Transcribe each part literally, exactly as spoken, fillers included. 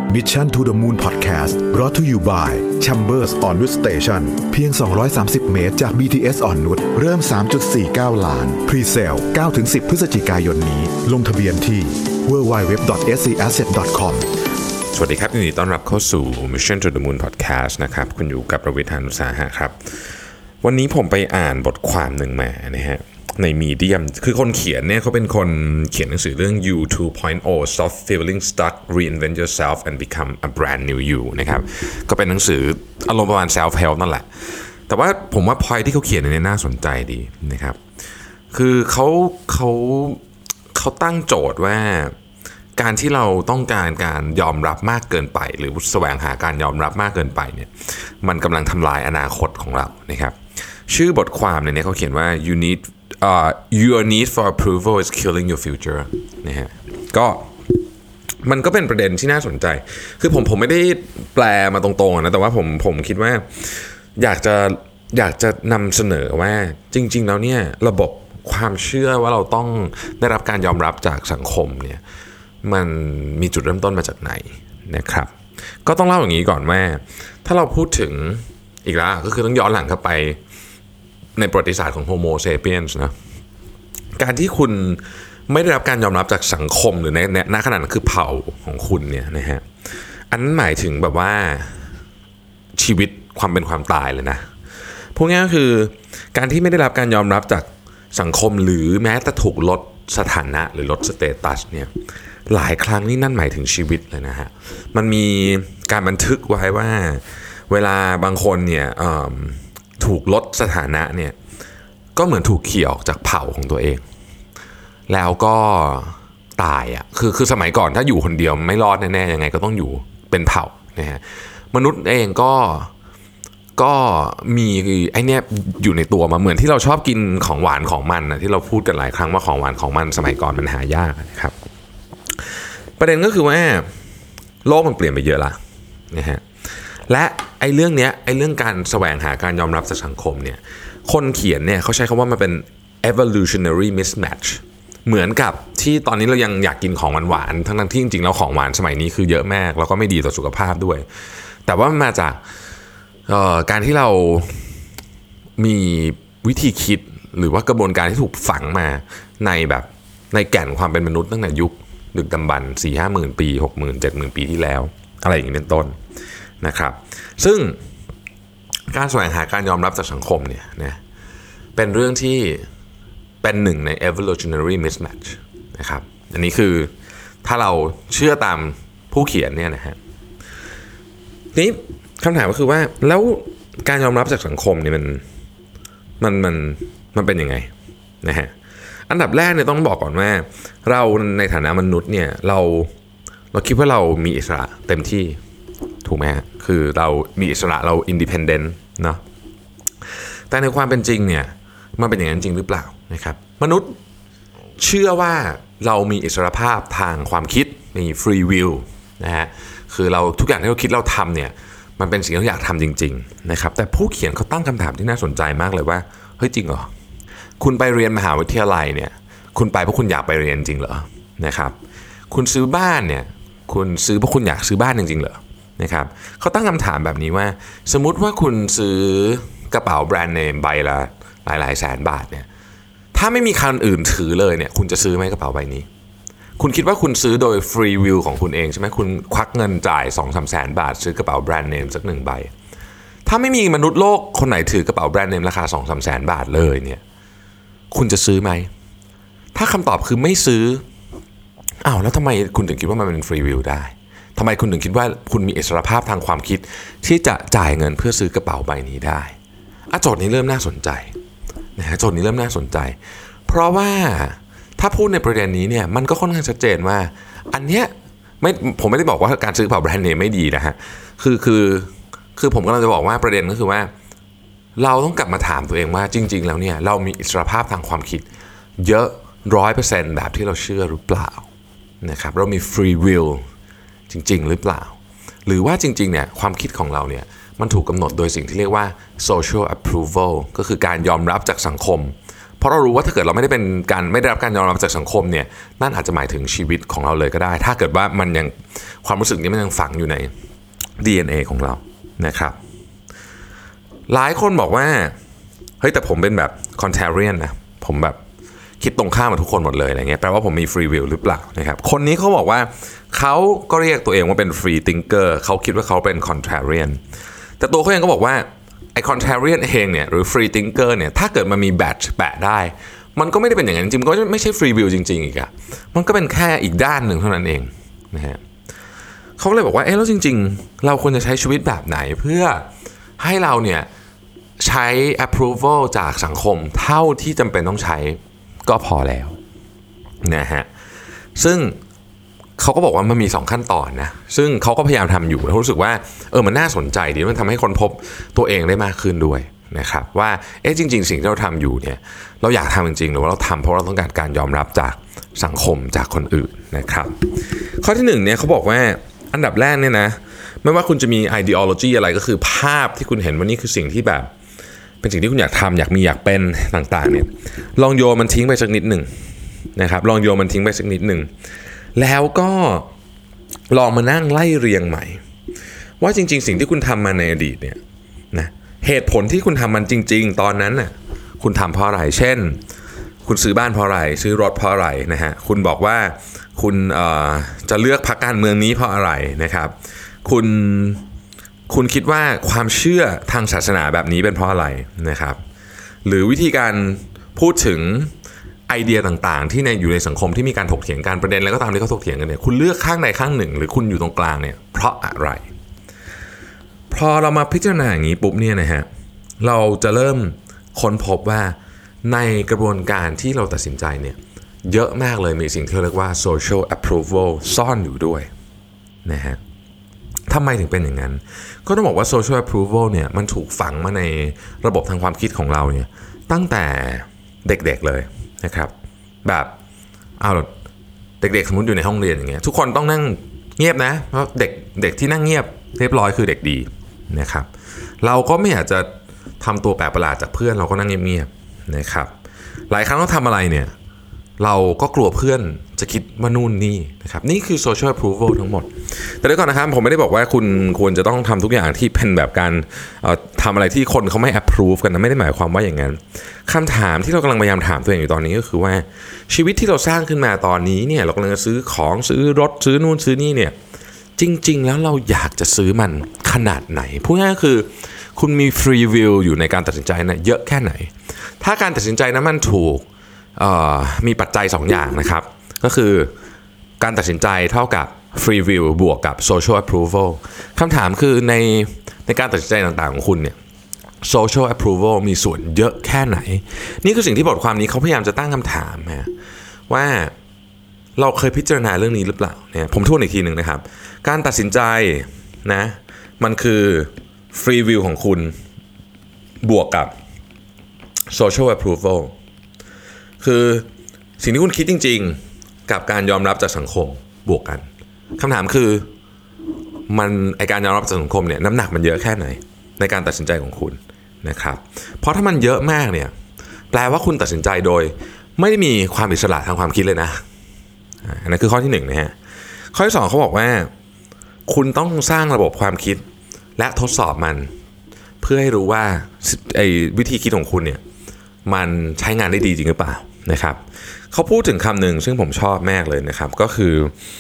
Mission to the Moon Podcast brought to you by Chambers On-Wood Station เพียงสองร้อยสามสิบเมตรจาก บี ที เอส อ่อนนุชเริ่ม สามจุดสี่เก้า ล้าน Pre-Sale เก้าถึงสิบ พฤศจิกายนนี้ลงทะเบียนที่ ดับเบิลยู ดับเบิลยู ดับเบิลยู ดอท เอส ซี แอสเซท ดอท คอมสวัสดีครับยินดีต้อนรับเข้าสู่ Mission to the Moon Podcast นะครับคุณอยู่กับประวิทย์ หาญอุตสาหะครับวันนี้ผมไปอ่านบทความหนึ่งมานะฮะใน Medium คือคนเขียนเนี่ยเขาเป็นคนเขียนหนังสือเรื่อง You ทู พอยต์ โอ Stop Feeling Stuck Reinvent Yourself and Become a Brand New You นะครับก็เป็นหนังสืออารมณ์ประมาณ Self Help นั่นแหละแต่ว่าผมว่า point ที่เขาเขียนเนี่ยน่าสนใจดีนะครับคือเขาเขาเขาตั้งโจทย์ว่าการที่เราต้องการการยอมรับมากเกินไปหรือแสวงหาการยอมรับมากเกินไปเนี่ยมันกำลังทำลายอนาคตของเรานะครับชื่อบทความเนี่ยเขาเขียนว่า you need uh, your need for approval is killing your future นะฮะก็มันก็เป็นประเด็นที่น่าสนใจคือผมผมไม่ได้แปลมาตรงๆนะแต่ว่าผมผมคิดว่าอยากจะอยากจะนำเสนอว่าจริงๆแล้วเนี่ยระบบความเชื่อว่าเราต้องได้รับการยอมรับจากสังคมเนี่ยมันมีจุดเริ่มต้นมาจากไหนนะครับก็ต้องเล่าอย่างนี้ก่อนว่าถ้าเราพูดถึงอีกแล้วก็คือต้องย้อนหลังเข้าไปในประวัติศาสตร์ของ Homo sapiens นะการที่คุณไม่ได้รับการยอมรับจากสังคมหรือในณขณะนั้นคือเผ่าของคุณเนี่ยนะฮะอันนั้นหมายถึงแบบว่าชีวิตความเป็นความตายเลยนะพวกนี้ก็คือการที่ไม่ได้รับการยอมรับจากสังคมหรือแม้แต่ถูกลดสถานะหรือลดสเตตัสเนี่ยหลายครั้งนี่นั่นหมายถึงชีวิตเลยนะฮะมันมีการบันทึกไว้ว่าเวลาบางคนเนี่ยถูกลดสถานะเนี่ยก็เหมือนถูกเขี่ยออกจากเผ่าของตัวเองแล้วก็ตายอ่ะคือคือสมัยก่อนถ้าอยู่คนเดียวไม่รอดแน่ๆยังไงก็ต้องอยู่เป็นเผ่านะฮะมนุษย์เองก็ก็มีไอเนี้ยอยู่ในตัวมาเหมือนที่เราชอบกินของหวานของมันนะที่เราพูดกันหลายครั้งว่าของหวานของมันสมัยก่อนมันหายากนะครับประเด็นก็คือว่าโลกมันเปลี่ยนไปเยอะละนะฮะและไอ้เรื่องเนี้ยไอ้เรื่องการแสวงหาการยอมรับจากสังคมเนี่ยคนเขียนเนี่ยเขาใช้คำว่ามันเป็น evolutionary mismatch เหมือนกับที่ตอนนี้เรายังอยากกินของหวานๆทั้งๆที่จริงๆแล้วของหวานสมัยนี้คือเยอะมากแล้วก็ไม่ดีต่อสุขภาพด้วยแต่ว่ามันมาจากการที่เรามีวิธีคิดหรือว่ากระบวนการที่ถูกฝังมาในแบบในแก่นความเป็นมนุษย์ตั้งแต่ยุคดึกดำบรรพ์ สี่ห้าหมื่น ปี หกหมื่น เจ็ดหมื่น ปีที่แล้วอะไรอย่างนี้เป็นต้นนะครับซึ่งการแสวงหาการยอมรับจากสังคมเนี่ยนะเป็นเรื่องที่เป็นหนึ่งใน evolutionary mismatch นะครับอันนี้คือถ้าเราเชื่อตามผู้เขียนเนี่ยนะฮะนี้คำถามก็คือว่าแล้วการยอมรับจากสังคมเนี่ยมันมันมันมันเป็นยังไงนะฮะอันดับแรกเนี่ยต้องบอกก่อนว่าเราในฐานะมนุษย์เนี่ยเราเราคิดว่าเรามีอิสระเต็มที่ถูกไหมฮะคือเรามีอิสระเราอินดิเพนเดนต์เนาะแต่ในความเป็นจริงเนี่ยมันเป็นอย่างนั้นจริงหรือเปล่านะครับมนุษย์เชื่อว่าเรามีอิสรภาพทางความคิดมีฟรีวิลนะฮะคือเราทุกอย่างที่เราคิดเราทำเนี่ยมันเป็นสิ่งที่เราอยากทำจริงๆนะครับแต่ผู้เขียนเขาตั้งคำถามที่น่าสนใจมากเลยว่าเฮ้ยจริงเหรอคุณไปเรียนมหาวิทยาลัยเนี่ยคุณไปเพราะคุณอยากไปเรียนจริงเหรอนะครับคุณซื้อบ้านเนี่ยคุณซื้อเพราะคุณอยากซื้อบ้านจริงๆเหรอนะครับเขาตั้งคำถามแบบนี้ว่าสมมุติว่าคุณซื้อกระเป๋าแบรนด์เนมใบละหลายๆแสนบาทเนี่ยถ้าไม่มีคันอื่นถือเลยเนี่ยคุณจะซื้อไหมกระเป๋าใบนี้คุณคิดว่าคุณซื้อโดยฟรีวิลของคุณเองใช่ไหมคุณควักเงินจ่าย สองถึงสาม แสนบาทซื้อกระเป๋าแบรนด์เนมสักหนึ่งใบถ้าไม่มีมนุษย์โลกคนไหนถือกระเป๋าแบรนด์เนมราคา สองถึงสาม แสนบาทเลยเนี่ยคุณจะซื้อไหมถ้าคำตอบคือไม่ซื้ออ้าวแล้วทำไมคุณถึงคิดว่ามันเป็นฟรีวิลได้ทำไมคุณถึงคิดว่าคุณมีอิสรภาพทางความคิดที่จะจ่ายเงินเพื่อซื้อกระเป๋าใบนี้ได้อ่ะโจทย์นี้เริ่มน่าสนใจนะฮะโจทย์นี้เริ่มน่าสนใจเพราะว่าถ้าพูดในประเด็นนี้เนี่ยมันก็ค่อนข้างชัดเจนว่าอันเนี้ยไม่ผมไม่ได้บอกว่าการซื้อกระเป๋าแบรนด์เนมไม่ดีนะฮะคือคือคือผมกำลังจะบอกว่าประเด็นก็คือว่าเราต้องกลับมาถามตัวเองว่าจริงๆแล้วเนี่ยเรามีอิสรภาพทางความคิดเยอะ ร้อยเปอร์เซ็นต์ แบบที่เราเชื่อหรือเปล่านะครับเรามีฟรีวิลจริงๆหรือเปล่าหรือว่าจริงๆเนี่ยความคิดของเราเนี่ยมันถูกกำหนดโดยสิ่งที่เรียกว่า social approval ก็คือการยอมรับจากสังคมเพราะเรารู้ว่าถ้าเกิดเราไม่ได้เป็นการไม่ได้รับการยอมรับจากสังคมเนี่ยนั่นอาจจะหมายถึงชีวิตของเราเลยก็ได้ถ้าเกิดว่ามันยังความรู้สึกนี้มันยังฝังอยู่ใน ดี เอ็น เอ ของเรานะครับหลายคนบอกว่าเฮ้ยแต่ผมเป็นแบบ contrarian นะผมแบบคิดตรงข้ามกับทุกคนหมดเลยอะไรเงี้ยแปลว่าผมมี free will หรือเปล่านะครับคนนี้เขาบอกว่าเขาก็เรียกตัวเองว่าเป็น free thinker เขาคิดว่าเขาเป็น contrarian แต่ตัวเขาเองก็บอกว่าไอ้ contrarian เองเนี่ยหรือ free thinker เนี่ยถ้าเกิดมันมี badge แปะได้มันก็ไม่ได้เป็นอย่างนั้นจริงๆมันก็ไม่ใช่ free will จริงๆอีกอะมันก็เป็นแค่อีกด้านหนึ่งเท่านั้นเองนะฮะเขาเลยบอกว่าเอ๊ะแล้วจริงๆเราควรจะใช้ชีวิตแบบไหนเพื่อให้เราเนี่ยใช้ approval จากสังคมเท่าที่จำเป็นต้องใช้ก็พอแล้วนะฮะซึ่งเขาก็บอกว่ามันมีสองขั้นตอนนะซึ่งเขาก็พยายามทำอยู่แล้วรู้สึกว่าเออมันน่าสนใจดีมันทำให้คนพบตัวเองได้มากขึ้นด้วยนะครับว่าเอ๊ะจริงๆสิ่งที่เราทำอยู่เนี่ยเราอยากทำจริงๆหรือว่าเราทำเพราะเราต้องการการยอมรับจากสังคมจากคนอื่นนะครับข้อที่หนึ่งเนี่ยเขาบอกว่าอันดับแรกเนี่ยนะไม่ว่าคุณจะมี ideology อะไรก็คือภาพที่คุณเห็นว่านี่คือสิ่งที่แบบเป็นสิ่งที่คุณอยากทำอยากมีอยากเป็นต่างๆเนี่ยลองโยนมันทิ้งไปสักนิดหนึ่งนะครับลองโยนมันทิ้งไปสักนิดหนึ่งแล้วก็ลองมานั่งไล่เรียงใหม่ว่าจริงๆสิ่งที่คุณทำมาในอดีตเนี่ยนะเหตุผลที่คุณทำมันจริงๆตอนนั้นน่ะคุณทำเพราะอะไรเช่นคุณซื้อบ้านเพราะอะไรซื้อรถเพราะอะไรนะฮะคุณบอกว่าคุณเอ่อจะเลือกพรรคการเมืองนี้เพราะอะไรนะครับคุณคุณคิดว่าความเชื่อทางศาสนาแบบนี้เป็นเพราะอะไรนะครับหรือวิธีการพูดถึงไอเดียต่างๆที่ในอยู่ในสังคมที่มีการถกเถียงกันประเด็นแล้วก็ตามที่เขาถกเถียงกันเนี่ยคุณเลือกข้างใดข้างหนึ่งหรือคุณอยู่ตรงกลางเนี่ยเพราะอะไรพอเรามาพิจารณาอย่างนี้ปุ๊บเนี่ยนะฮะเราจะเริ่มค้นพบว่าในกระบวนการที่เราตัดสินใจเนี่ยเยอะมากเลยมีสิ่งที่เรียกว่า social approval ซ่อนอยู่ด้วยนะฮะทำไมถึงเป็นอย่างนั้นก็ต้องบอกว่า social approval เนี่ยมันถูกฝังมาในระบบทางความคิดของเราเนี่ยตั้งแต่เด็กๆเลยนะครับแบบเอาเด็กๆสมมติอยู่ในห้องเรียนอย่างเงี้ยทุกคนต้องนั่งเงียบนะเพราะเด็กเด็กที่นั่งเงียบเรียบร้อยคือเด็กดีนะครับเราก็ไม่อยากจะทำตัวแปลกประหลาดจากเพื่อนเราก็นั่งเงียบๆนะครับหลายครั้งเราทำอะไรเนี่ยเราก็กลัวเพื่อนจะคิดว่านู่นนี่นะครับนี่คือ social approval ทั้งหมดแต่เดี๋ยวก่อนนะครับผมไม่ได้บอกว่าคุณควรจะต้องทำทุกอย่างที่เป็นแบบการทำอะไรที่คนเขาไม่ approve กันนะไม่ได้หมายความว่าอย่างนั้นคำถามที่เรากำลังพยายามถามตัวเองอยู่ตอนนี้ก็คือว่าชีวิตที่เราสร้างขึ้นมาตอนนี้เนี่ยเรากำลังจะซื้อของซื้อรถซื้อนู่นซื้อนี่เนี่ยจริงๆแล้วเราอยากจะซื้อมันขนาดไหนพูดง่ายๆคือคุณมี free will อยู่ในการตัดสินใจนะเยอะแค่ไหนถ้าการตัดสินใจนั้นมันถูกมีปัจจัยสองอย่างนะครับก็คือการตัดสินใจเท่ากับ free will บวกกับ social approval คำถามคือในในการตัดสินใจต่างๆของคุณเนี่ย social approval มีส่วนเยอะแค่ไหนนี่คือสิ่งที่บทความนี้เขาพยายามจะตั้งคำถามฮะว่าเราเคยพิจารณาเรื่องนี้หรือเปล่าเนี่ยผมทวนอีกทีหนึ่งนะครับการตัดสินใจนะมันคือ free will ของคุณบวกกับ social approvalคือสิ่งที่คุณคิดจริงๆกับการยอมรับจากสังคมบวกกันคำถามคือมันไอการยอมรับจากสังคมเนี่ยน้ำหนักมันเยอะแค่ไหนในการตัดสินใจของคุณนะครับเพราะถ้ามันเยอะมากเนี่ยแปลว่าคุณตัดสินใจโดยไม่ได้มีความอิสระทางความคิดเลยนะอันนั้นคือข้อที่หนึ่งนะฮะข้อที่สองเขาบอกว่าคุณต้องสร้างระบบความคิดและทดสอบมันเพื่อให้รู้ว่าไอวิธีคิดของคุณเนี่ยมันใช้งานได้ดีจริงหรือเปล่านะครับเขาพูดถึงคำหนึ่งซึ่งผมชอบมากเลยนะครับก็คือ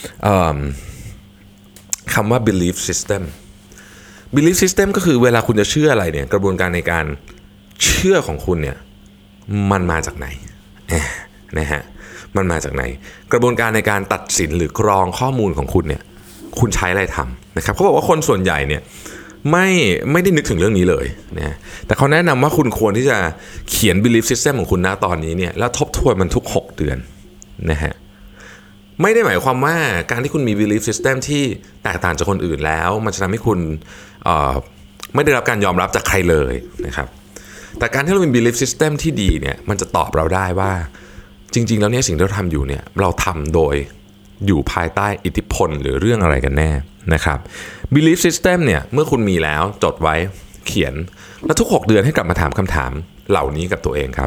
คำว่า belief system belief system ก็คือเวลาคุณจะเชื่ออะไรเนี่ยกระบวนการในการเชื่อของคุณเนี่ยมันมาจากไหนนะฮะมันมาจากไหนกระบวนการในการตัดสินหรือกรองข้อมูลของคุณเนี่ยคุณใช้อะไรทำนะครับเขาบอกว่าคนส่วนใหญ่เนี่ยไม่ไม่ได้นึกถึงเรื่องนี้เลยนะแต่เขาแนะนำว่าคุณควรที่จะเขียน belief system ของคุณณตอนนี้เนี่ยแล้วทบทวนมันทุกหกเดือนนะฮะไม่ได้หมายความว่าการที่คุณมี belief system ที่แตกต่างจากคนอื่นแล้วมันจะทำให้คุณเอ่อไม่ได้รับการยอมรับจากใครเลยนะครับแต่การที่เรามี belief system ที่ดีเนี่ยมันจะตอบเราได้ว่าจริงๆแล้วเนี่ยสิ่งที่เราทำอยู่เนี่ยเราทำโดยอยู่ภายใต้อิทธิพลหรือเรื่องอะไรกันแน่นะครับ belief system เนี่ยเมื่อคุณมีแล้วจดไว้เขียนแล้วทุกหกเดือนให้กลับมาถามคำถามเหล่านี้กับตัวเองครับ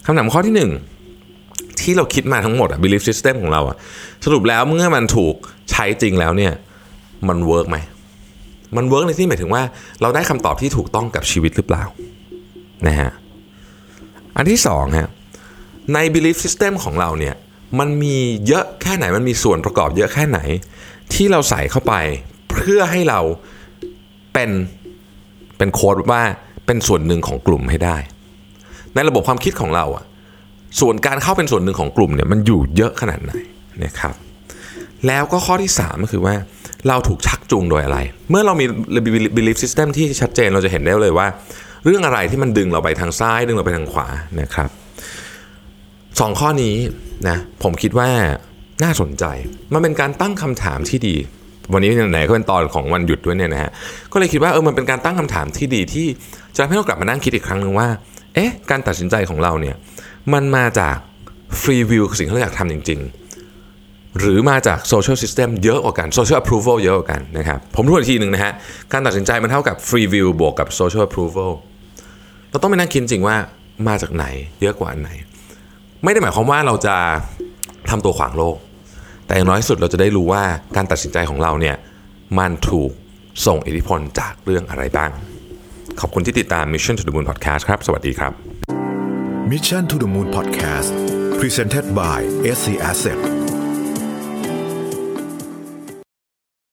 คำถามข้อที่หนึ่งที่เราคิดมาทั้งหมดอะ belief system ของเราอะสรุปแล้วเมื่อมันถูกใช้จริงแล้วเนี่ยมันเวิร์กไหมมันเวิร์กในที่หมายถึงว่าเราได้คำตอบที่ถูกต้องกับชีวิตหรือเปล่านะฮะอันที่สองฮะใน belief system ของเราเนี่ยมันมีเยอะแค่ไหนมันมีส่วนประกอบเยอะแค่ไหนที่เราใส่เข้าไปเพื่อให้เราเป็นเป็นโค้ดว่าเป็นส่วนหนึ่งของกลุ่มให้ได้ในระบบความคิดของเราอะส่วนการเข้าเป็นส่วนหนึ่งของกลุ่มเนี่ยมันอยู่เยอะขนาดไหนนะครับแล้วก็ข้อที่สามก็คือว่าเราถูกชักจูงโดยอะไรเมื่อเรามี belief system ที่ชัดเจนเราจะเห็นได้เลยว่าเรื่องอะไรที่มันดึงเราไปทางซ้ายดึงเราไปทางขวานะครับสองข้อนี้นะผมคิดว่าน่าสนใจมันเป็นการตั้งคำถามที่ดีวันนี้ไหนก็เป็นตอนของวันหยุดด้วยเนี่ยนะฮะก็เลยคิดว่าเออมันเป็นการตั้งคำถามที่ดีที่จะทำให้เรากลับมานั่งคิดอีกครั้งนึงว่าเอ๊ะการตัดสินใจของเราเนี่ยมันมาจากฟรีวิวสิ่งที่เราอยากทำจริงๆหรือมาจากโซเชียลซิสเต็มเยอะกว่ากันโซเชียลแอพรูวัลเยอะกว่ากันนะครับผมพูดอีกทีนึงนะฮะการตัดสินใจมันเท่ากับฟรีวิวบวกกับโซเชียลแอพรูวัลเราต้องไปนั่งคิดจริงว่ามาจากไหนเยอะกว่าอันไหนไม่ได้หมายความว่าเราจะทำตัวขวางโลกแต่อย่างน้อยสุดเราจะได้รู้ว่าการตัดสินใจของเราเนี่ยมันถูกส่งอิทธิพลจากเรื่องอะไรบ้างขอบคุณที่ติดตาม Mission to the Moon Podcast ครับสวัสดีครับ Mission to the Moon Podcast Presented by เอส ซี Asset